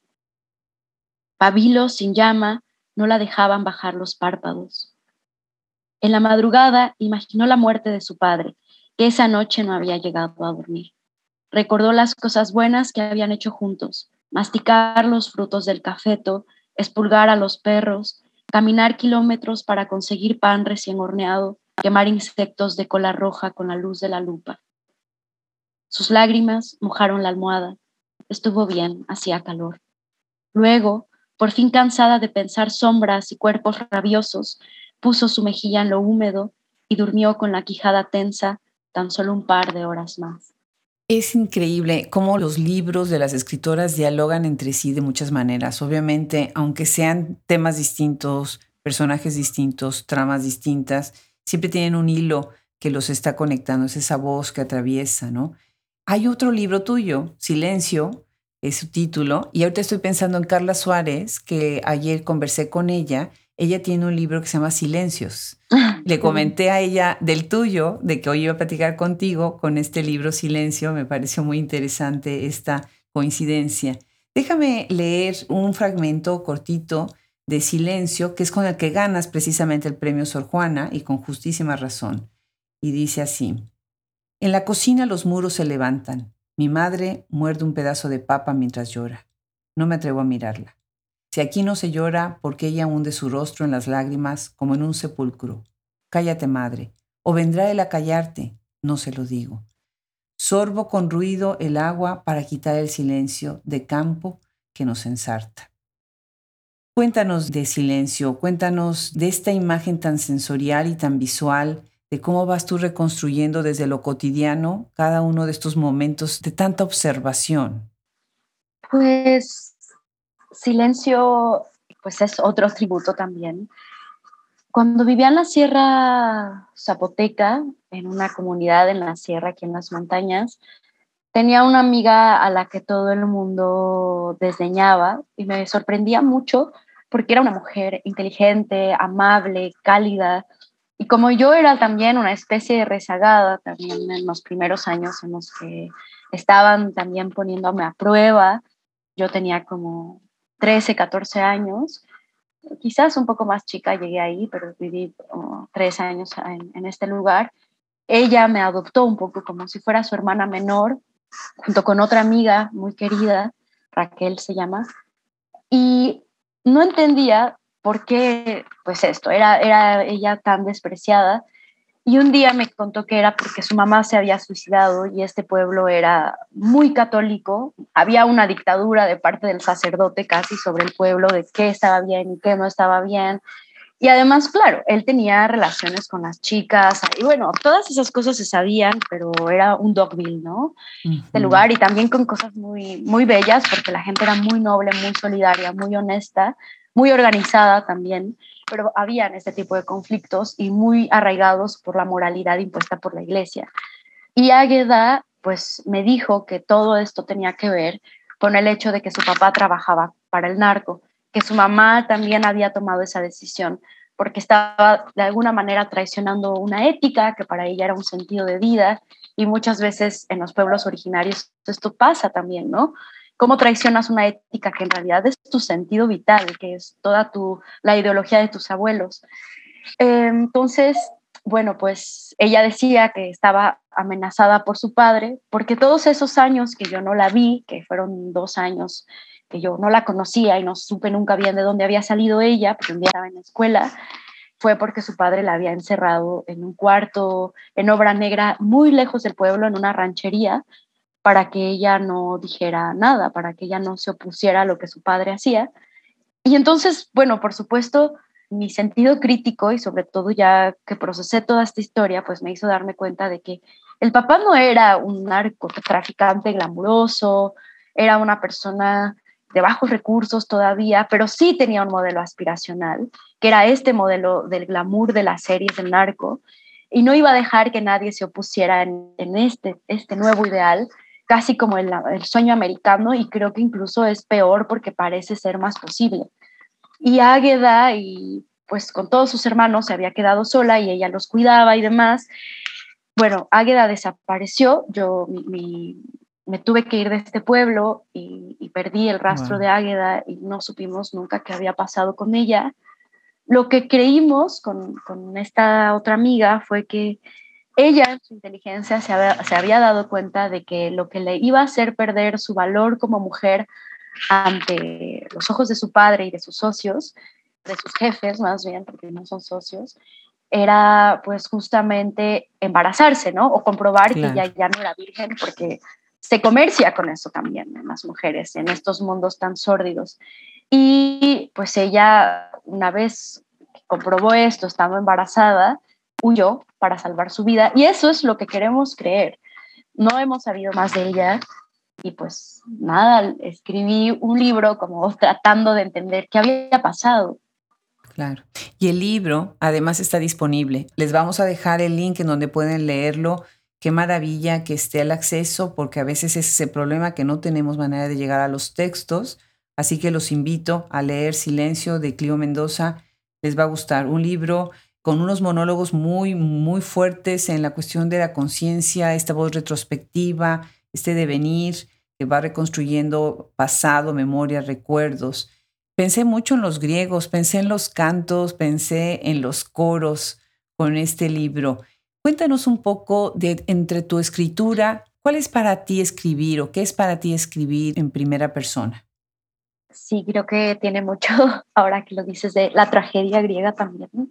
Pabilos sin llama no la dejaban bajar los párpados. En la madrugada imaginó la muerte de su padre, que esa noche no había llegado a dormir. Recordó las cosas buenas que habían hecho juntos, masticar los frutos del cafeto, expulgar a los perros, caminar kilómetros para conseguir pan recién horneado, quemar insectos de cola roja con la luz de la lupa. Sus lágrimas mojaron la almohada. Estuvo bien, hacía calor. Luego, por fin cansada de pensar sombras y cuerpos rabiosos, puso su mejilla en lo húmedo y durmió con la quijada tensa tan solo un par de horas más. Es increíble cómo los libros de las escritoras dialogan entre sí de muchas maneras. Obviamente, aunque sean temas distintos, personajes distintos, tramas distintas, siempre tienen un hilo que los está conectando, es esa voz que atraviesa, ¿no? Hay otro libro tuyo, Silencio, es su título, y ahorita estoy pensando en Carla Suárez, que ayer conversé con ella. Ella tiene un libro que se llama Silencios. Le comenté a ella del tuyo, de que hoy iba a platicar contigo con este libro Silencio. Me pareció muy interesante esta coincidencia. Déjame leer un fragmento cortito de Silencio, que es con el que ganas precisamente el premio Sor Juana, y con justísima razón. Y dice así: en la cocina los muros se levantan. Mi madre muerde un pedazo de papa mientras llora. No me atrevo a mirarla. Si aquí no se llora, porque ella hunde su rostro en las lágrimas como en un sepulcro. Cállate, madre, o vendrá él a callarte, no se lo digo. Sorbo con ruido el agua para quitar el silencio de campo que nos ensarta. Cuéntanos de Silencio, cuéntanos de esta imagen tan sensorial y tan visual, de cómo vas tú reconstruyendo desde lo cotidiano cada uno de estos momentos de tanta observación. Pues Silencio, pues es otro tributo también. Cuando vivía en la Sierra Zapoteca, en una comunidad en la sierra, aquí en las montañas, tenía una amiga a la que todo el mundo desdeñaba y me sorprendía mucho porque era una mujer inteligente, amable, cálida. Y como yo era también una especie de rezagada, también en los primeros años en los que estaban también poniéndome a prueba, yo tenía como trece, catorce años, quizás un poco más chica llegué ahí, pero viví como tres años en, en este lugar. Ella me adoptó un poco como si fuera su hermana menor, junto con otra amiga muy querida, Raquel se llama, y no entendía por qué, pues esto, era, era ella tan despreciada. Y un día me contó que era porque su mamá se había suicidado y este pueblo era muy católico. Había una dictadura de parte del sacerdote casi sobre el pueblo de qué estaba bien y qué no estaba bien. Y además, claro, él tenía relaciones con las chicas, y bueno, todas esas cosas se sabían, pero era un Dogville, ¿no? De Ujú. lugar, y también con cosas muy, muy bellas, porque la gente era muy noble, muy solidaria, muy honesta, muy organizada también, pero habían este tipo de conflictos y muy arraigados por la moralidad impuesta por la iglesia. Y Águeda, pues, me dijo que todo esto tenía que ver con el hecho de que su papá trabajaba para el narco, que su mamá también había tomado esa decisión porque estaba de alguna manera traicionando una ética que para ella era un sentido de vida, y muchas veces en los pueblos originarios esto pasa también, ¿no? ¿Cómo traicionas una ética que en realidad es tu sentido vital, que es toda tu, la ideología de tus abuelos? Eh, entonces, bueno, pues ella decía que estaba amenazada por su padre, porque todos esos años que yo no la vi, que fueron dos años que yo no la conocía y no supe nunca bien de dónde había salido ella, porque un día estaba en la escuela, fue porque su padre la había encerrado en un cuarto, en obra negra, muy lejos del pueblo, en una ranchería, para que ella no dijera nada, para que ella no se opusiera a lo que su padre hacía. Y entonces, bueno, por supuesto, mi sentido crítico y sobre todo ya que procesé toda esta historia, pues me hizo darme cuenta de que el papá no era un narcotraficante glamuroso, era una persona de bajos recursos todavía, pero sí tenía un modelo aspiracional, que era este modelo del glamour de las series del narco, y no iba a dejar que nadie se opusiera en, en este, este nuevo ideal, casi como el, el sueño americano, y creo que incluso es peor porque parece ser más posible. Y Águeda, y pues con todos sus hermanos, se había quedado sola y ella los cuidaba y demás. Bueno, Águeda desapareció, yo mi, mi, me tuve que ir de este pueblo y, y perdí el rastro Wow. de Águeda y no supimos nunca qué había pasado con ella. Lo que creímos con, con esta otra amiga fue que ella en su inteligencia se había, se había dado cuenta de que lo que le iba a hacer perder su valor como mujer ante los ojos de su padre y de sus socios, de sus jefes más bien, porque no son socios, era pues justamente embarazarse, ¿no? O comprobar que ella Claro. ya no era virgen, porque se comercia con eso también en las mujeres, en estos mundos tan sórdidos. Y pues ella, una vez que comprobó esto, estando embarazada, huyó para salvar su vida. Y eso es lo que queremos creer. No hemos sabido más de ella. Y pues nada, escribí un libro como tratando de entender qué había pasado. Claro. Y el libro además está disponible. Les vamos a dejar el link en donde pueden leerlo. Qué maravilla que esté al acceso, porque a veces es ese problema que no tenemos manera de llegar a los textos. Así que los invito a leer Silencio de Clio Mendoza. Les va a gustar. Un libro con unos monólogos muy, muy fuertes en la cuestión de la conciencia, esta voz retrospectiva, este devenir que va reconstruyendo pasado, memoria, recuerdos. Pensé mucho en los griegos, pensé en los cantos, pensé en los coros con este libro. Cuéntanos un poco de entre tu escritura, ¿cuál es para ti escribir o qué es para ti escribir en primera persona? Sí, creo que tiene mucho, ahora que lo dices, de la tragedia griega también, ¿no?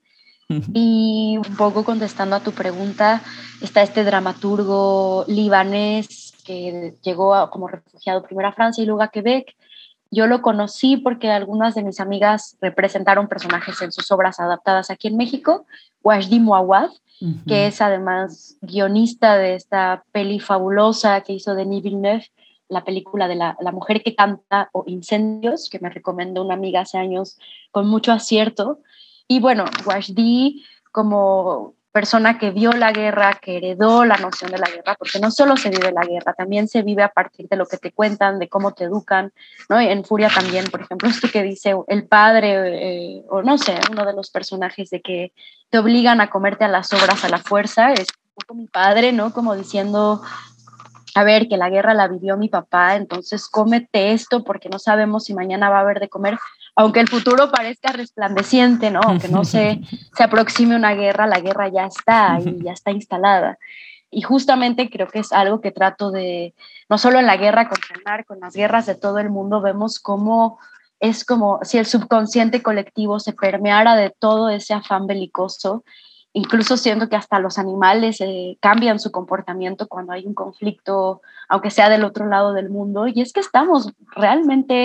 Y un poco contestando a tu pregunta, está este dramaturgo libanés que llegó a- como refugiado primero a Francia y luego a Quebec. Yo lo conocí porque algunas de mis amigas representaron personajes en sus obras adaptadas aquí en México. Wajdi Mouawad, que Ujú. es además guionista de esta peli fabulosa que hizo Denis Villeneuve, la película de la, la mujer que canta o Incendios, que me recomendó una amiga hace años con mucho acierto. Y bueno, Wajdi como persona que vio la guerra, que heredó la noción de la guerra, porque no solo se vive la guerra, también se vive a partir de lo que te cuentan, de cómo te educan, ¿no? En Furia también, por ejemplo, esto que dice el padre, eh, o no sé, uno de los personajes de que te obligan a comerte a las obras a la fuerza, es un poco mi padre, ¿no? Como diciendo, a ver, que la guerra la vivió mi papá, entonces cómete esto porque no sabemos si mañana va a haber de comer, aunque el futuro parezca resplandeciente, ¿no? Aunque no se, se aproxime una guerra, la guerra ya está ahí, ya está instalada. Y justamente creo que es algo que trato de, no solo en la guerra contra el narco, en las guerras de todo el mundo, vemos cómo es como si el subconsciente colectivo se permeara de todo ese afán belicoso. Incluso siento que hasta los animales eh, cambian su comportamiento cuando hay un conflicto, aunque sea del otro lado del mundo. Y es que estamos realmente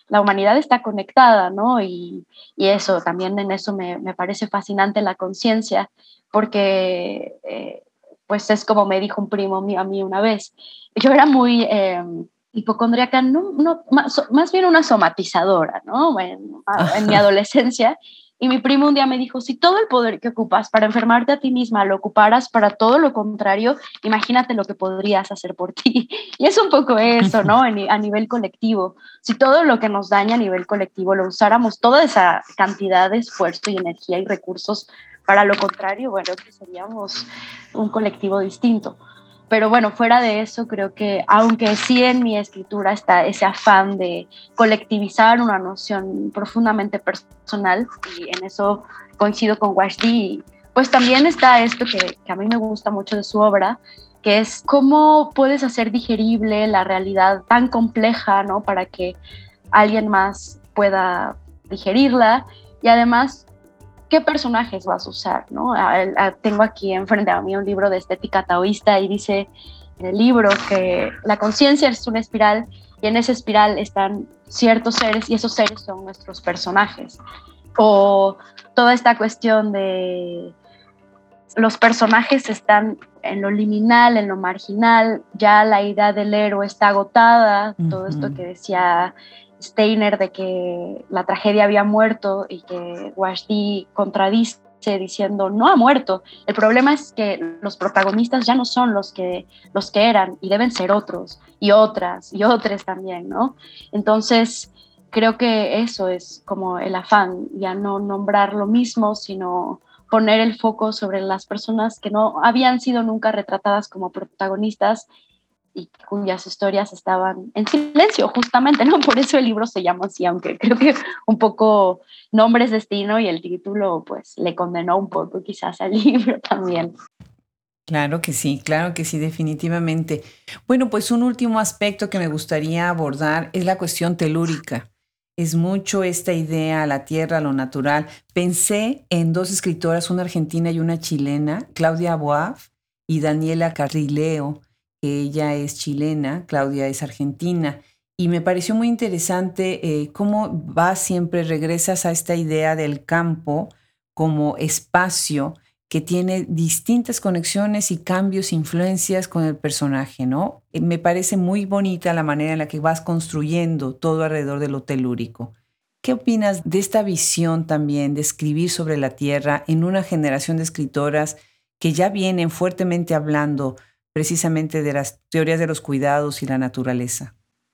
la humanidad está conectada, ¿no? Y, y eso, también en eso me, me parece fascinante la conciencia, porque eh, pues es como me dijo un primo mío a mí una vez, yo era muy eh, hipocondríaca, no, no, más, más bien una somatizadora, ¿no? Bueno, en mi adolescencia. Y mi primo un día me dijo, si todo el poder que ocupas para enfermarte a ti misma lo ocuparas para todo lo contrario, imagínate lo que podrías hacer por ti. Y es un poco eso, ¿no? A nivel colectivo. Si todo lo que nos daña a nivel colectivo lo usáramos, toda esa cantidad de esfuerzo y energía y recursos para lo contrario, bueno, que seríamos un colectivo distinto. Pero bueno, fuera de eso, creo que aunque sí en mi escritura está ese afán de colectivizar una noción profundamente personal, y en eso coincido con Wajdi, pues también está esto que, que a mí me gusta mucho de su obra, que es cómo puedes hacer digerible la realidad tan compleja, ¿no? Para que alguien más pueda digerirla, y además qué personajes vas a usar, ¿no? Tengo aquí enfrente a mí un libro de estética taoísta y dice en el libro que la conciencia es una espiral y en esa espiral están ciertos seres y esos seres son nuestros personajes. O toda esta cuestión de los personajes están en lo liminal, en lo marginal, ya la idea del héroe está agotada, uh-huh. Todo esto que decía Steiner de que la tragedia había muerto y que Wajdi contradice diciendo no ha muerto, el problema es que los protagonistas ya no son los que, los que eran y deben ser otros y otras y otros también, ¿no? Entonces creo que eso es como el afán, ya no nombrar lo mismo, sino poner el foco sobre las personas que no habían sido nunca retratadas como protagonistas y cuyas historias estaban en silencio, justamente, ¿no? Por eso el libro se llama así, aunque creo que un poco Nombre es Destino y el título, pues, le condenó un poco quizás al libro también. Claro que sí, claro que sí, definitivamente. Bueno, pues un último aspecto que me gustaría abordar es la cuestión telúrica. Es mucho esta idea, la tierra, lo natural. Pensé en dos escritoras, una argentina y una chilena, Claudia Boaf y Daniela Carrileo, que ella es chilena, Claudia es argentina. Y me pareció muy interesante eh, cómo vas siempre, regresas a esta idea del campo como espacio que tiene distintas conexiones y cambios, influencias con el personaje, ¿no? Me parece muy bonita la manera en la que vas construyendo todo alrededor de lo telúrico. ¿Qué opinas de esta visión también de escribir sobre la tierra en una generación de escritoras que ya vienen fuertemente hablando precisamente de las teorías de los cuidados y la naturaleza?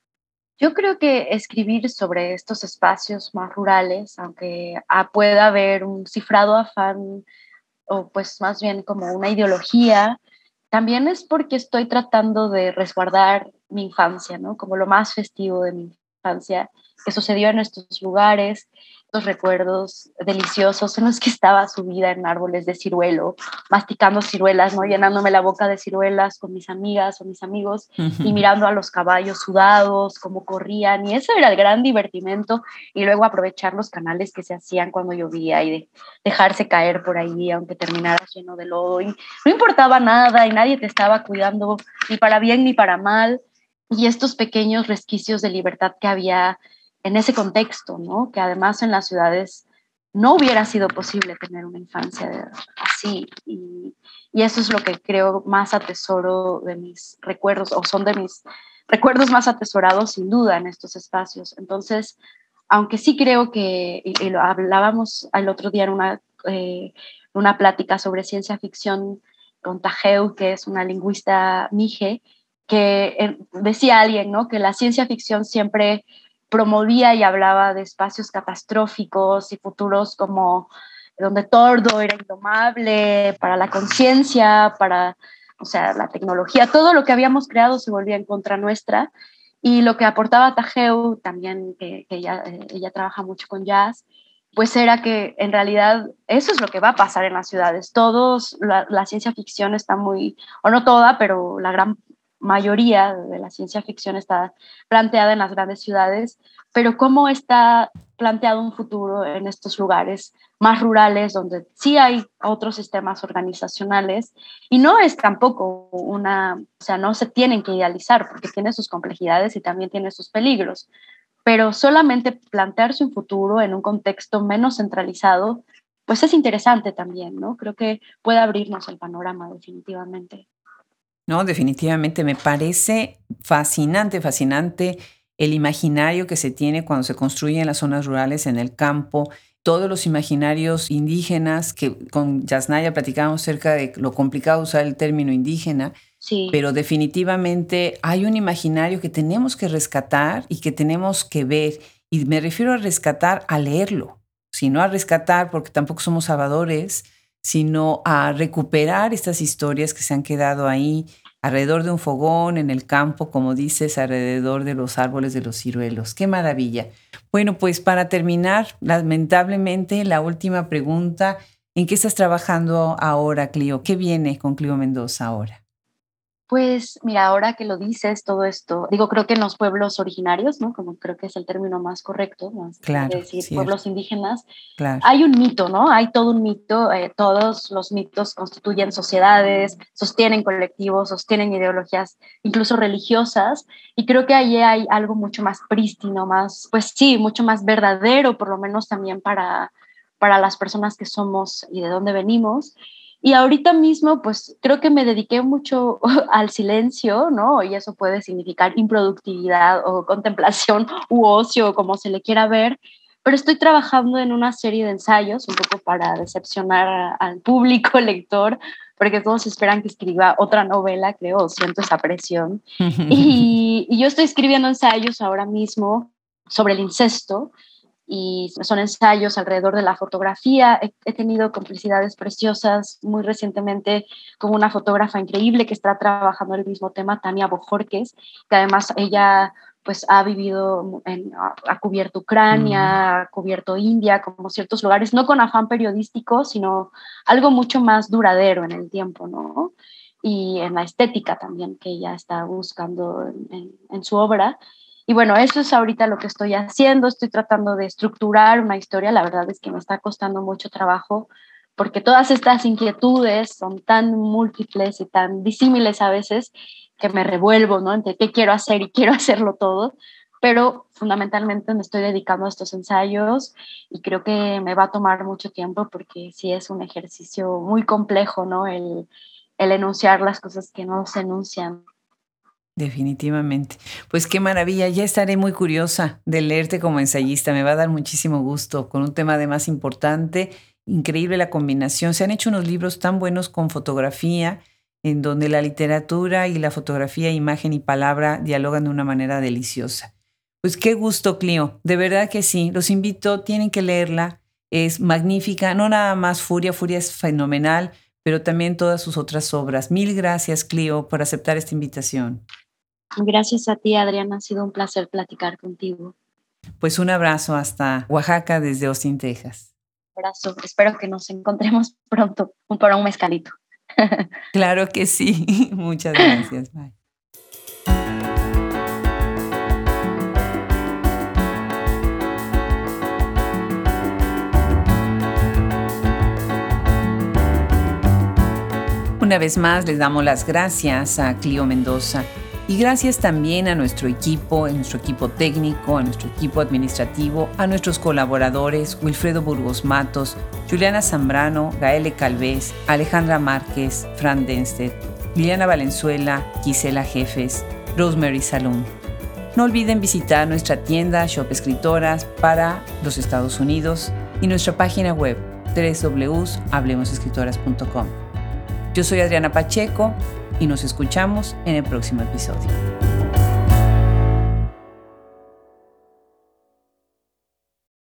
Yo creo que escribir sobre estos espacios más rurales, aunque pueda haber un cifrado afán o pues más bien como una ideología, también es porque estoy tratando de resguardar mi infancia, ¿no? Como lo más festivo de mi infancia, que sucedió en estos lugares, estos recuerdos deliciosos en los que estaba subida en árboles de ciruelo, masticando ciruelas, ¿no? Llenándome la boca de ciruelas con mis amigas o mis amigos uh-huh. Y mirando a los caballos sudados, cómo corrían, y eso era el gran divertimento, y luego aprovechar los canales que se hacían cuando llovía y de dejarse caer por ahí, aunque terminaras lleno de lodo, y no importaba nada y nadie te estaba cuidando ni para bien ni para mal, y estos pequeños resquicios de libertad que había en ese contexto, ¿no? Que además en las ciudades no hubiera sido posible tener una infancia así, y, y eso es lo que creo más atesoro de mis recuerdos, o son de mis recuerdos más atesorados sin duda en estos espacios. Entonces, aunque sí creo que, y, y lo hablábamos el otro día en una, eh, una plática sobre ciencia ficción con Tajeu, que es una lingüista mije, que eh, decía alguien, ¿no? Que la ciencia ficción siempre promovía y hablaba de espacios catastróficos y futuros como donde todo era indomable, para la conciencia, para, o sea, la tecnología, todo lo que habíamos creado se volvía en contra nuestra. Y lo que aportaba Tajeu, también que, que ella, ella trabaja mucho con jazz, pues era que en realidad eso es lo que va a pasar en las ciudades. Todos, la, la ciencia ficción está muy, o no toda, pero la gran mayoría de la ciencia ficción está planteada en las grandes ciudades, pero cómo está planteado un futuro en estos lugares más rurales donde sí hay otros sistemas organizacionales y no es tampoco una, o sea, no se tienen que idealizar porque tiene sus complejidades y también tiene sus peligros, pero solamente plantearse un futuro en un contexto menos centralizado, pues es interesante también, ¿no? Creo que puede abrirnos el panorama definitivamente. No, definitivamente me parece fascinante, fascinante el imaginario que se tiene cuando se construyen las zonas rurales en el campo, todos los imaginarios indígenas, que con Yasnaya platicábamos acerca de lo complicado de usar el término indígena, Sí, pero definitivamente hay un imaginario que tenemos que rescatar y que tenemos que ver. Y me refiero a rescatar, a leerlo, sino a rescatar, porque tampoco somos salvadores, sino a recuperar estas historias que se han quedado ahí alrededor de un fogón, en el campo, como dices, alrededor de los árboles de los ciruelos. ¡Qué maravilla! Bueno, pues para terminar, lamentablemente, la última pregunta, ¿en qué estás trabajando ahora, Clio? ¿Qué viene con Clio Mendoza ahora? pues mira, ahora que lo dices, todo esto, digo, creo que en los pueblos originarios, ¿no? Como creo que es el término más correcto, más que Claro, decir cierto, pueblos indígenas, claro. hay un mito, ¿no? Hay todo un mito, eh, todos los mitos constituyen sociedades, sostienen colectivos, sostienen ideologías, incluso religiosas, y creo que ahí hay algo mucho más prístino, más, pues sí, mucho más verdadero, por lo menos también para, para las personas que somos y de dónde venimos. Y ahorita mismo, pues creo que me dediqué mucho al silencio, ¿no? Y eso puede significar improductividad o contemplación u ocio, como se le quiera ver, pero estoy trabajando en una serie de ensayos, un poco para decepcionar al público lector, porque todos esperan que escriba otra novela, creo, siento esa presión. Y, y yo estoy escribiendo ensayos ahora mismo sobre el incesto, y son ensayos alrededor de la fotografía. He, he tenido complicidades preciosas muy recientemente con una fotógrafa increíble que está trabajando el mismo tema, Tania Bojorquez, que además ella pues ha vivido, en, ha cubierto Ucrania, ha cubierto India, como ciertos lugares, no con afán periodístico, sino algo mucho más duradero en el tiempo, ¿no? Y en la estética también que ella está buscando en, en, en su obra. Y bueno, eso es ahorita lo que estoy haciendo, estoy tratando de estructurar una historia, la verdad es que me está costando mucho trabajo porque todas estas inquietudes son tan múltiples y tan disímiles a veces que me revuelvo, ¿no? Entre qué quiero hacer y quiero hacerlo todo, pero fundamentalmente me estoy dedicando a estos ensayos y creo que me va a tomar mucho tiempo porque sí es un ejercicio muy complejo, ¿no? El, el enunciar las cosas que no se enuncian. Definitivamente. Pues qué maravilla. Ya estaré muy curiosa de leerte como ensayista. Me va a dar muchísimo gusto con un tema además importante. Increíble la combinación. Se han hecho unos libros tan buenos con fotografía, en donde la literatura y la fotografía, imagen y palabra dialogan de una manera deliciosa. Pues qué gusto, Clio. De verdad que sí. Los invito, tienen que leerla. Es magnífica. No nada más Furia. Furia es fenomenal, pero también todas sus otras obras. Mil gracias, Clio, por aceptar esta invitación. Gracias a ti, Adriana, ha sido un placer platicar contigo. Pues un abrazo hasta Oaxaca desde Austin, Texas. Un abrazo, espero que nos encontremos pronto para un mezcalito. Claro que sí. Muchas gracias. Bye. Una vez más les damos las gracias a Clio Mendoza y gracias también a nuestro equipo, a nuestro equipo técnico, a nuestro equipo administrativo, a nuestros colaboradores Wilfredo Burgos Matos, Juliana Zambrano, Gaele Calvez, Alejandra Márquez, Fran Denstedt, Liliana Valenzuela, Gisela Jefes, Rosemary Salum. No olviden visitar nuestra tienda Shop Escritoras para los Estados Unidos y nuestra página web doble u doble u doble u punto hablemos escritoras punto com. Yo soy Adriana Pacheco y nos escuchamos en el próximo episodio.